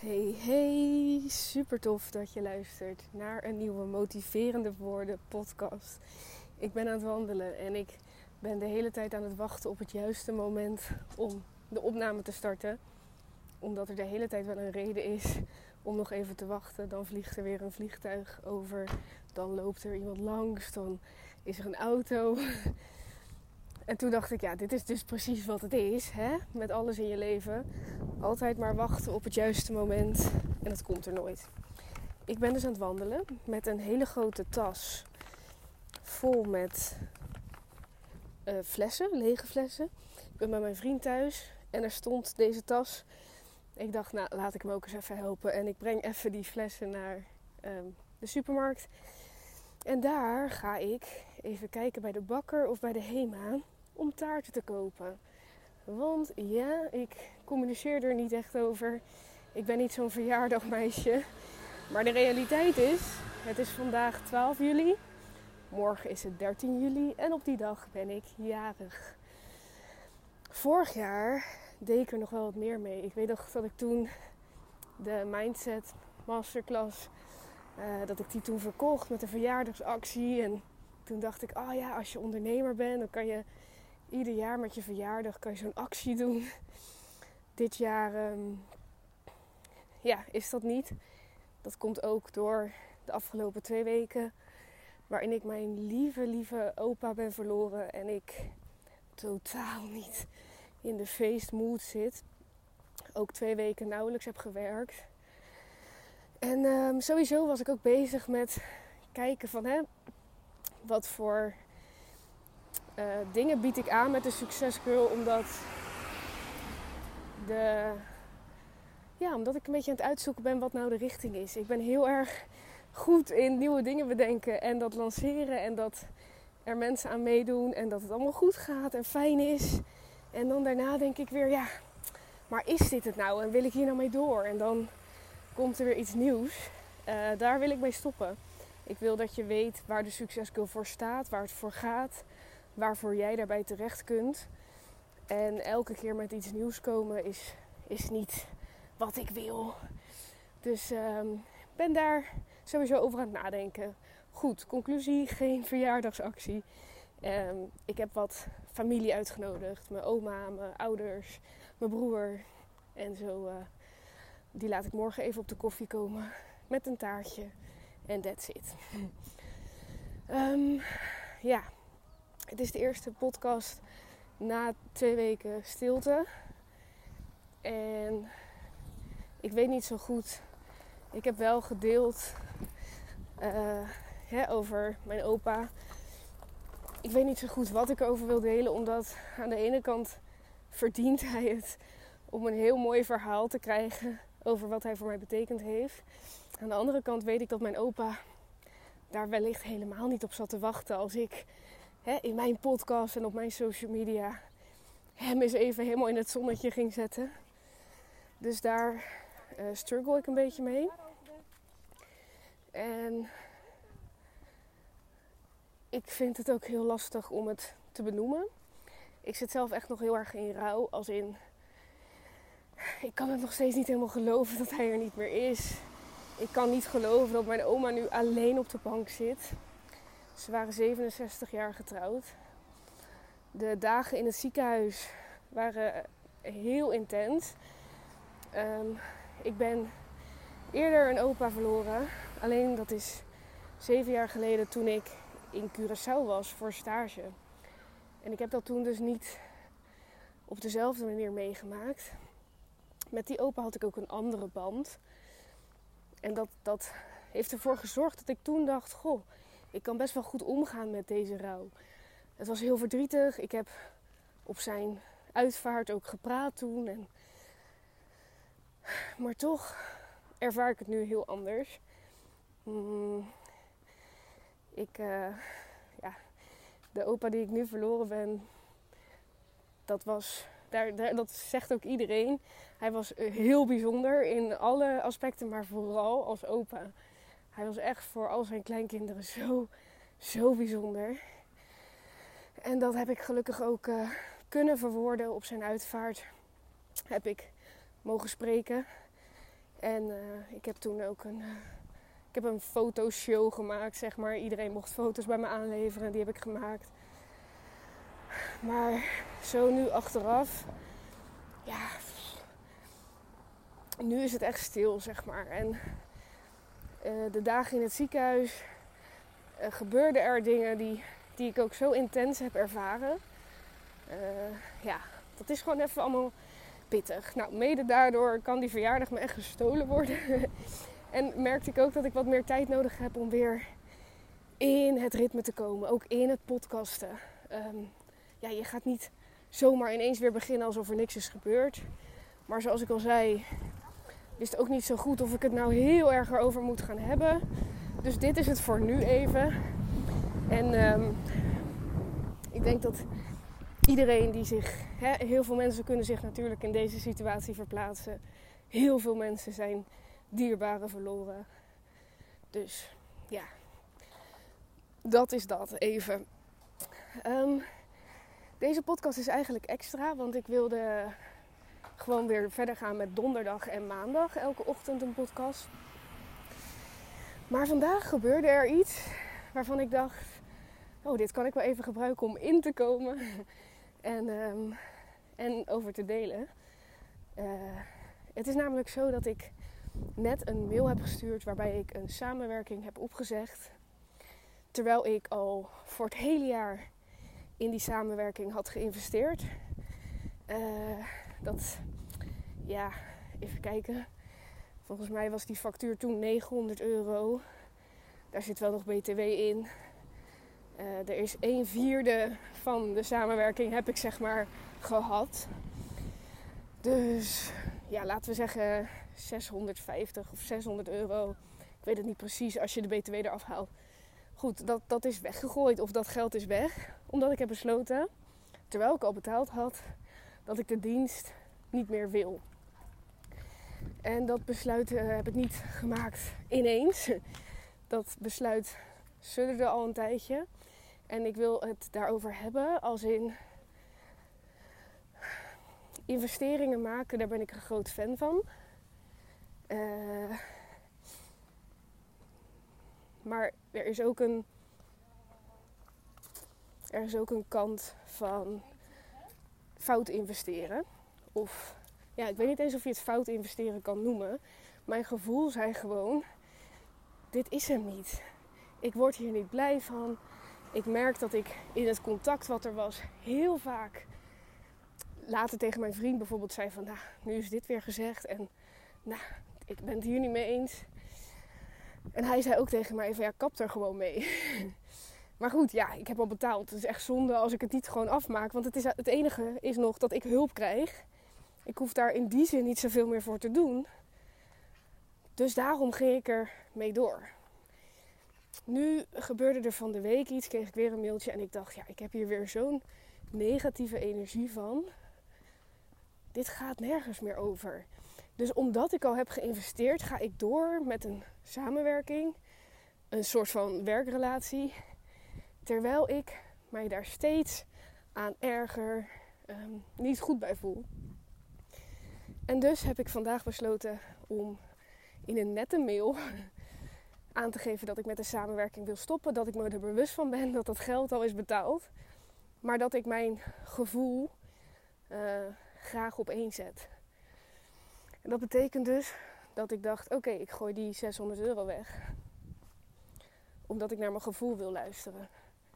Hey, super tof dat je luistert naar een nieuwe Motiverende Woorden podcast. Ik ben aan het wandelen en ik ben de hele tijd aan het wachten op het juiste moment om de opname te starten. Omdat er de hele tijd wel een reden is om nog even te wachten. Dan vliegt er weer een vliegtuig over, dan loopt er iemand langs, dan is er een auto. En toen dacht ik, ja, dit is dus precies wat het is, hè? Met alles in je leven. Altijd maar wachten op het juiste moment en het komt er nooit. Ik ben dus aan het wandelen met een hele grote tas vol met flessen, lege flessen. Ik ben bij mijn vriend thuis en er stond deze tas. Ik dacht, nou, laat ik hem ook eens even helpen. En ik breng even die flessen naar de supermarkt. En daar ga ik even kijken bij de bakker of bij de HEMA om taarten te kopen. Want ja, ik communiceer er niet echt over. Ik ben niet zo'n verjaardagmeisje. Maar de realiteit is, het is vandaag 12 juli. Morgen is het 13 juli en op die dag ben ik jarig. Vorig jaar deed ik er nog wel wat meer mee. Ik weet nog dat ik toen de Mindset Masterclass, dat ik die toen verkocht met een verjaardagsactie. En toen dacht ik, oh ja, als je ondernemer bent, dan kan je ieder jaar met je verjaardag kan je zo'n actie doen. Dit jaar is dat niet. Dat komt ook door de afgelopen 2 weken. Waarin ik mijn lieve opa ben verloren. En ik totaal niet in de feestmood zit. Ook 2 weken nauwelijks heb gewerkt. En sowieso was ik ook bezig met kijken van wat voor dingen bied ik aan met de Success Girl. Omdat ik een beetje aan het uitzoeken ben wat nou de richting is. Ik ben heel erg goed in nieuwe dingen bedenken en dat lanceren. En dat er mensen aan meedoen en dat het allemaal goed gaat en fijn is. En dan daarna denk ik weer, ja, maar is dit het nou? En wil ik hier nou mee door? En dan komt er weer iets nieuws. Daar wil ik mee stoppen. Ik wil dat je weet waar de Success Girl voor staat, waar het voor gaat. Waarvoor jij daarbij terecht kunt. En elke keer met iets nieuws komen is niet wat ik wil. Dus ben daar sowieso over aan het nadenken. Goed, conclusie, geen verjaardagsactie. Ik heb wat familie uitgenodigd. Mijn oma, mijn ouders, mijn broer. En zo, die laat ik morgen even op de koffie komen. Met een taartje. En that's it. Het is de eerste podcast na 2 weken stilte. En ik weet niet zo goed. Ik heb wel gedeeld over mijn opa. Ik weet niet zo goed wat ik erover wil delen. Omdat aan de ene kant verdient hij het om een heel mooi verhaal te krijgen over wat hij voor mij betekend heeft. Aan de andere kant weet ik dat mijn opa daar wellicht helemaal niet op zat te wachten als ik in mijn podcast en op mijn social media hem eens even helemaal in het zonnetje ging zetten. Dus daar struggle ik een beetje mee. En ik vind het ook heel lastig om het te benoemen. Ik zit zelf echt nog heel erg in rouw. Als in, ik kan het nog steeds niet helemaal geloven dat hij er niet meer is. Ik kan niet geloven dat mijn oma nu alleen op de bank zit. Ze waren 67 jaar getrouwd. De dagen in het ziekenhuis waren heel intens. Ik ben eerder een opa verloren. Alleen dat is 7 jaar geleden toen ik in Curaçao was voor stage. En ik heb dat toen dus niet op dezelfde manier meegemaakt. Met die opa had ik ook een andere band. En dat heeft ervoor gezorgd dat ik toen dacht, goh, ik kan best wel goed omgaan met deze rouw. Het was heel verdrietig. Ik heb op zijn uitvaart ook gepraat toen. Maar toch ervaar ik het nu heel anders. De opa die ik nu verloren ben, dat zegt ook iedereen. Hij was heel bijzonder in alle aspecten, maar vooral als opa. Hij was echt voor al zijn kleinkinderen zo bijzonder. En dat heb ik gelukkig ook kunnen verwoorden op zijn uitvaart. Heb ik mogen spreken. En ik heb toen ook een fotoshow gemaakt, zeg maar. Iedereen mocht foto's bij me aanleveren. Die heb ik gemaakt. Maar zo nu achteraf, ja, nu is het echt stil, zeg maar. En de dagen in het ziekenhuis gebeurden er dingen die ik ook zo intens heb ervaren. Ja, dat is gewoon even allemaal pittig. Nou, mede daardoor kan die verjaardag me echt gestolen worden. En merkte ik ook dat ik wat meer tijd nodig heb om weer in het ritme te komen. Ook in het podcasten. Ja, je gaat niet zomaar ineens weer beginnen alsof er niks is gebeurd. Maar zoals ik al zei, wist ook niet zo goed of ik het nou heel erg erover moet gaan hebben. Dus dit is het voor nu even. En ik denk dat iedereen die zich... heel veel mensen kunnen zich natuurlijk in deze situatie verplaatsen. Heel veel mensen zijn dierbaren verloren. Dus ja, dat is dat even. Deze podcast is eigenlijk extra, want ik wilde gewoon weer verder gaan met donderdag en maandag. Elke ochtend een podcast. Maar vandaag gebeurde er iets waarvan ik dacht... oh, dit kan ik wel even gebruiken om in te komen en over te delen. Het is namelijk zo dat ik net een mail heb gestuurd waarbij ik een samenwerking heb opgezegd. Terwijl ik al voor het hele jaar in die samenwerking had geïnvesteerd. Even kijken. Volgens mij was die factuur toen €900. Daar zit wel nog BTW in. Er is 1/4 van de samenwerking heb ik zeg maar gehad. Dus ja, laten we zeggen 650 of €600. Ik weet het niet precies als je de BTW eraf haalt. Goed, dat is weggegooid of dat geld is weg. Omdat ik heb besloten, terwijl ik al betaald had, dat ik de dienst niet meer wil. En dat besluit heb ik niet gemaakt ineens. Dat besluit sudderde al een tijdje. En ik wil het daarover hebben als in investeringen maken. Daar ben ik een groot fan van. Maar er is ook een kant van fout investeren. Of ja, ik weet niet eens of je het fout investeren kan noemen. Mijn gevoel zei gewoon, dit is hem niet. Ik word hier niet blij van. Ik merk dat ik in het contact wat er was heel vaak later tegen mijn vriend bijvoorbeeld zei van, nou, nu is dit weer gezegd en nou, ik ben het hier niet mee eens. En hij zei ook tegen mij van, ja, kap er gewoon mee. Maar goed, ja, ik heb al betaald. Het is echt zonde als ik het niet gewoon afmaak. Want het enige is nog dat ik hulp krijg. Ik hoef daar in die zin niet zoveel meer voor te doen. Dus daarom ging ik er mee door. Nu gebeurde er van de week iets, kreeg ik weer een mailtje en ik dacht, ja, ik heb hier weer zo'n negatieve energie van. Dit gaat nergens meer over. Dus omdat ik al heb geïnvesteerd, ga ik door met een samenwerking, een soort van werkrelatie, terwijl ik mij daar steeds aan erger, niet goed bij voel. En dus heb ik vandaag besloten om in een nette mail aan te geven dat ik met de samenwerking wil stoppen. Dat ik me er bewust van ben dat dat geld al is betaald. Maar dat ik mijn gevoel graag op één zet. En dat betekent dus dat ik dacht, oké, ik gooi die €600 weg. Omdat ik naar mijn gevoel wil luisteren.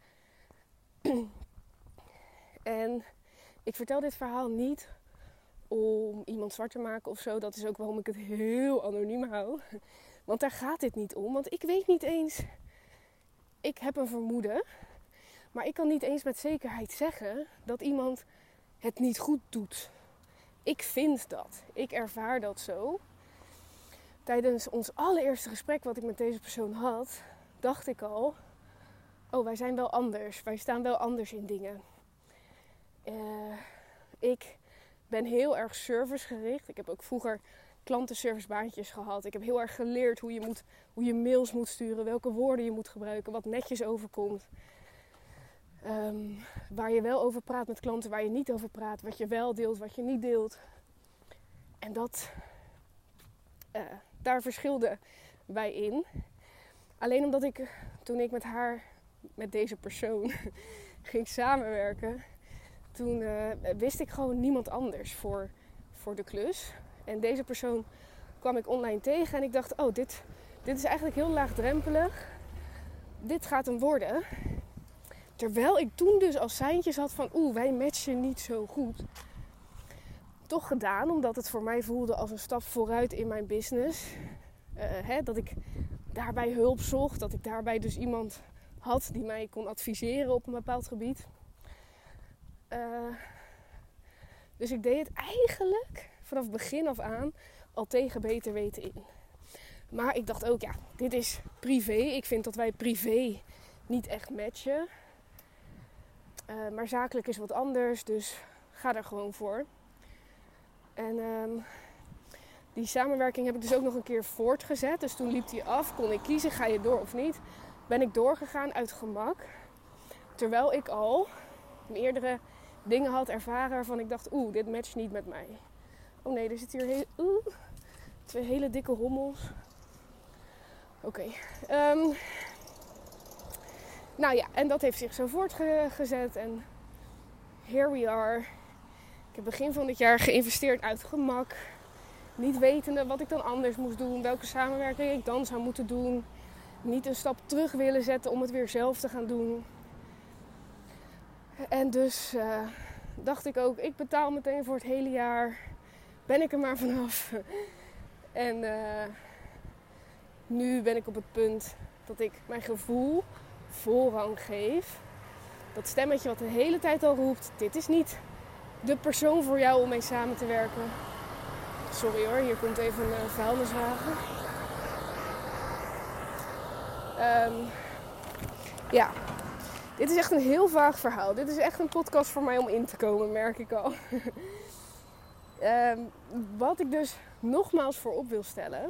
En ik vertel dit verhaal niet om iemand zwart te maken of zo. Dat is ook waarom ik het heel anoniem hou. Want daar gaat dit niet om. Want ik weet niet eens... Ik heb een vermoeden. Maar ik kan niet eens met zekerheid zeggen dat iemand het niet goed doet. Ik vind dat. Ik ervaar dat zo. Tijdens ons allereerste gesprek wat ik met deze persoon had, dacht ik al, oh, wij zijn wel anders. Wij staan wel anders in dingen. Ik ben heel erg servicegericht. Ik heb ook vroeger klantenservicebaantjes gehad. Ik heb heel erg geleerd hoe je mails moet sturen, welke woorden je moet gebruiken, wat netjes overkomt. Waar je wel over praat met klanten, waar je niet over praat, wat je wel deelt, wat je niet deelt. En dat daar verschilden wij in. Alleen omdat toen ik met deze persoon ging samenwerken, toen wist ik gewoon niemand anders voor de klus. En deze persoon kwam ik online tegen en ik dacht, oh, dit is eigenlijk heel laagdrempelig. Dit gaat hem worden. Terwijl ik toen dus al seintjes had van, wij matchen niet zo goed. Toch gedaan, omdat het voor mij voelde als een stap vooruit in mijn business. Dat ik daarbij hulp zocht, dat ik daarbij dus iemand had die mij kon adviseren op een bepaald gebied. Dus ik deed het eigenlijk vanaf het begin af aan al tegen beter weten in. Maar ik dacht ook, dit is privé. Ik vind dat wij privé niet echt matchen. Maar zakelijk is wat anders, dus ga daar gewoon voor. En die samenwerking heb ik dus ook nog een keer voortgezet. Dus toen liep die af, kon ik kiezen, ga je door of niet. Ben ik doorgegaan uit gemak. Terwijl ik al meerdere dingen had ervaren waarvan ik dacht, dit matcht niet met mij. Oh nee, er zitten hier 2 hele dikke hommels. Oké. En dat heeft zich zo voortgezet. En here we are. Ik heb begin van dit jaar geïnvesteerd uit gemak. Niet wetende wat ik dan anders moest doen. Welke samenwerking ik dan zou moeten doen. Niet een stap terug willen zetten om het weer zelf te gaan doen. En dus dacht ik ook, ik betaal meteen voor het hele jaar. Ben ik er maar vanaf. En nu ben ik op het punt dat ik mijn gevoel voorrang geef. Dat stemmetje wat de hele tijd al roept, dit is niet de persoon voor jou om mee samen te werken. Sorry hoor, hier komt even een vuilniswagen. Dit is echt een heel vaag verhaal. Dit is echt een podcast voor mij om in te komen, merk ik al. Wat ik dus nogmaals voorop wil stellen,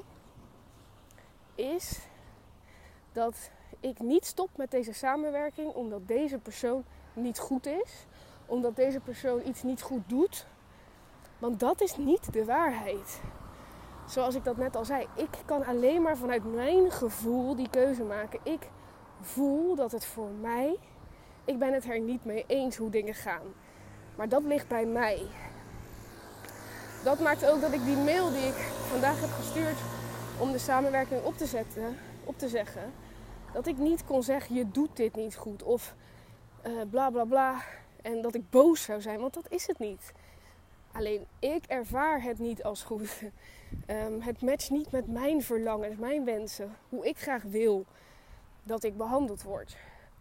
is dat ik niet stop met deze samenwerking omdat deze persoon niet goed is. Omdat deze persoon iets niet goed doet. Want dat is niet de waarheid. Zoals ik dat net al zei. Ik kan alleen maar vanuit mijn gevoel die keuze maken. Ik voel dat het voor mij... Ik ben het er niet mee eens hoe dingen gaan. Maar dat ligt bij mij. Dat maakt ook dat ik die mail die ik vandaag heb gestuurd om de samenwerking op te zeggen, dat ik niet kon zeggen, je doet dit niet goed. Of bla bla bla. En dat ik boos zou zijn, want dat is het niet. Alleen ik ervaar het niet als goed. Het matcht niet met mijn verlangens, mijn wensen. Hoe ik graag wil dat ik behandeld word.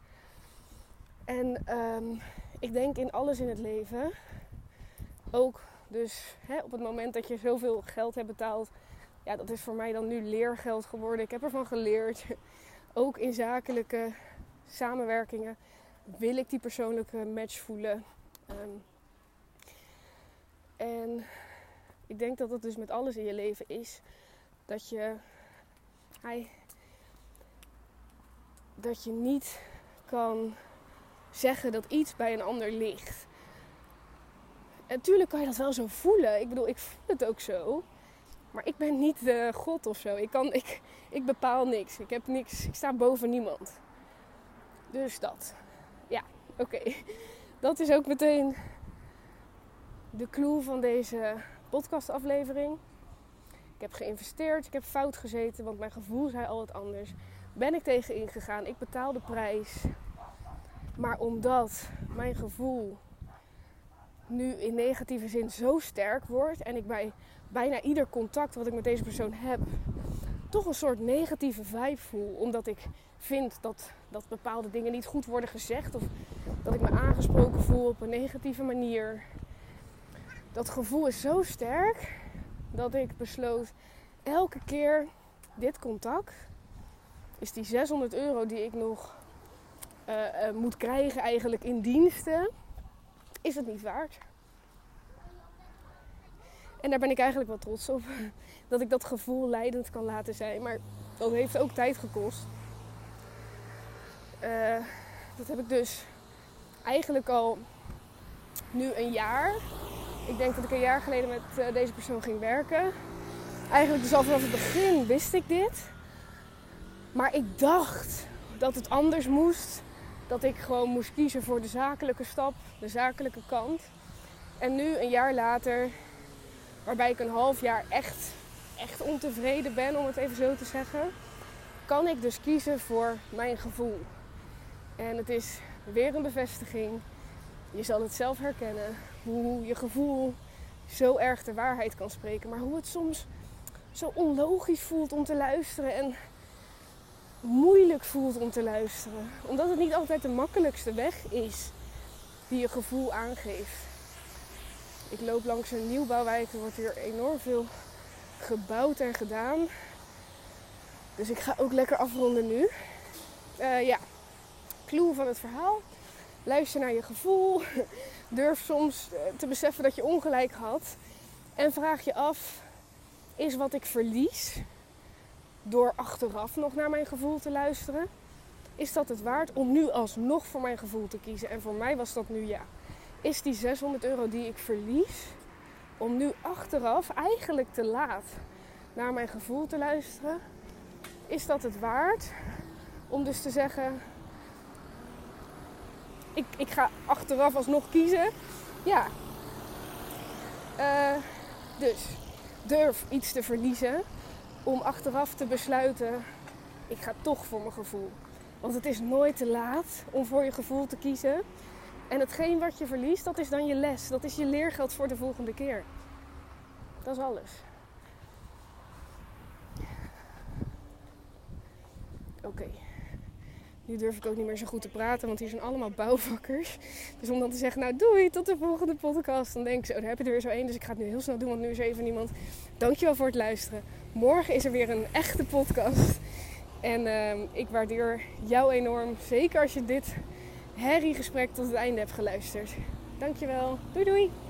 En ik denk in alles in het leven. Ook dus op het moment dat je zoveel geld hebt betaald. Ja, dat is voor mij dan nu leergeld geworden. Ik heb ervan geleerd. Ook in zakelijke samenwerkingen wil ik die persoonlijke match voelen. En ik denk dat dat dus met alles in je leven is. Dat je niet kan zeggen dat iets bij een ander ligt. En natuurlijk kan je dat wel zo voelen. Ik bedoel, ik voel het ook zo. Maar ik ben niet God of zo. Ik bepaal niks. Ik heb niks. Ik sta boven niemand. Dus dat. Ja, oké. Dat is ook meteen de clue van deze podcastaflevering. Ik heb geïnvesteerd. Ik heb fout gezeten. Want mijn gevoel zei al wat anders. Ben ik tegen ingegaan. Ik betaal de prijs. Maar omdat mijn gevoel nu in negatieve zin zo sterk wordt. En ik bij bijna ieder contact wat ik met deze persoon heb toch een soort negatieve vibe voel. Omdat ik vind dat bepaalde dingen niet goed worden gezegd. Of dat ik me aangesproken voel op een negatieve manier. Dat gevoel is zo sterk dat ik besloot elke keer dit contact is die €600 die ik nog moet krijgen eigenlijk in diensten, is het niet waard. En daar ben ik eigenlijk wel trots op. Dat ik dat gevoel leidend kan laten zijn. Maar dat heeft ook tijd gekost. Dat heb ik dus eigenlijk al nu een jaar. Ik denk dat ik een jaar geleden met deze persoon ging werken. Eigenlijk dus al vanaf het begin wist ik dit. Maar ik dacht dat het anders moest. Dat ik gewoon moest kiezen voor de zakelijke stap, de zakelijke kant. En nu, een jaar later, waarbij ik een half jaar echt ontevreden ben, om het even zo te zeggen, kan ik dus kiezen voor mijn gevoel. En het is weer een bevestiging. Je zal het zelf herkennen. Hoe je gevoel zo erg de waarheid kan spreken. Maar hoe het soms zo onlogisch voelt om te luisteren. En moeilijk voelt om te luisteren. Omdat het niet altijd de makkelijkste weg is die je gevoel aangeeft. Ik loop langs een nieuwbouwwijk. Er wordt hier enorm veel gebouwd en gedaan. Dus ik ga ook lekker afronden nu. Clue van het verhaal. Luister naar je gevoel. Durf soms te beseffen dat je ongelijk had. En vraag je af, is wat ik verlies door achteraf nog naar mijn gevoel te luisteren, is dat het waard om nu alsnog voor mijn gevoel te kiezen? En voor mij was dat nu ja. Is die €600 die ik verlies, om nu achteraf eigenlijk te laat naar mijn gevoel te luisteren, is dat het waard om dus te zeggen, ik ga achteraf alsnog kiezen? Ja. Dus durf iets te verliezen om achteraf te besluiten, ik ga toch voor mijn gevoel. Want het is nooit te laat om voor je gevoel te kiezen. En hetgeen wat je verliest, dat is dan je les. Dat is je leergeld voor de volgende keer. Dat is alles. Oké. Nu durf ik ook niet meer zo goed te praten, want hier zijn allemaal bouwvakkers. Dus om dan te zeggen, nou doei, tot de volgende podcast. Dan denk ik zo, daar heb je er weer zo één. Dus ik ga het nu heel snel doen, want nu is er even niemand. Dankjewel voor het luisteren. Morgen is er weer een echte podcast. En ik waardeer jou enorm. Zeker als je dit herriegesprek tot het einde hebt geluisterd. Dankjewel. Doei doei.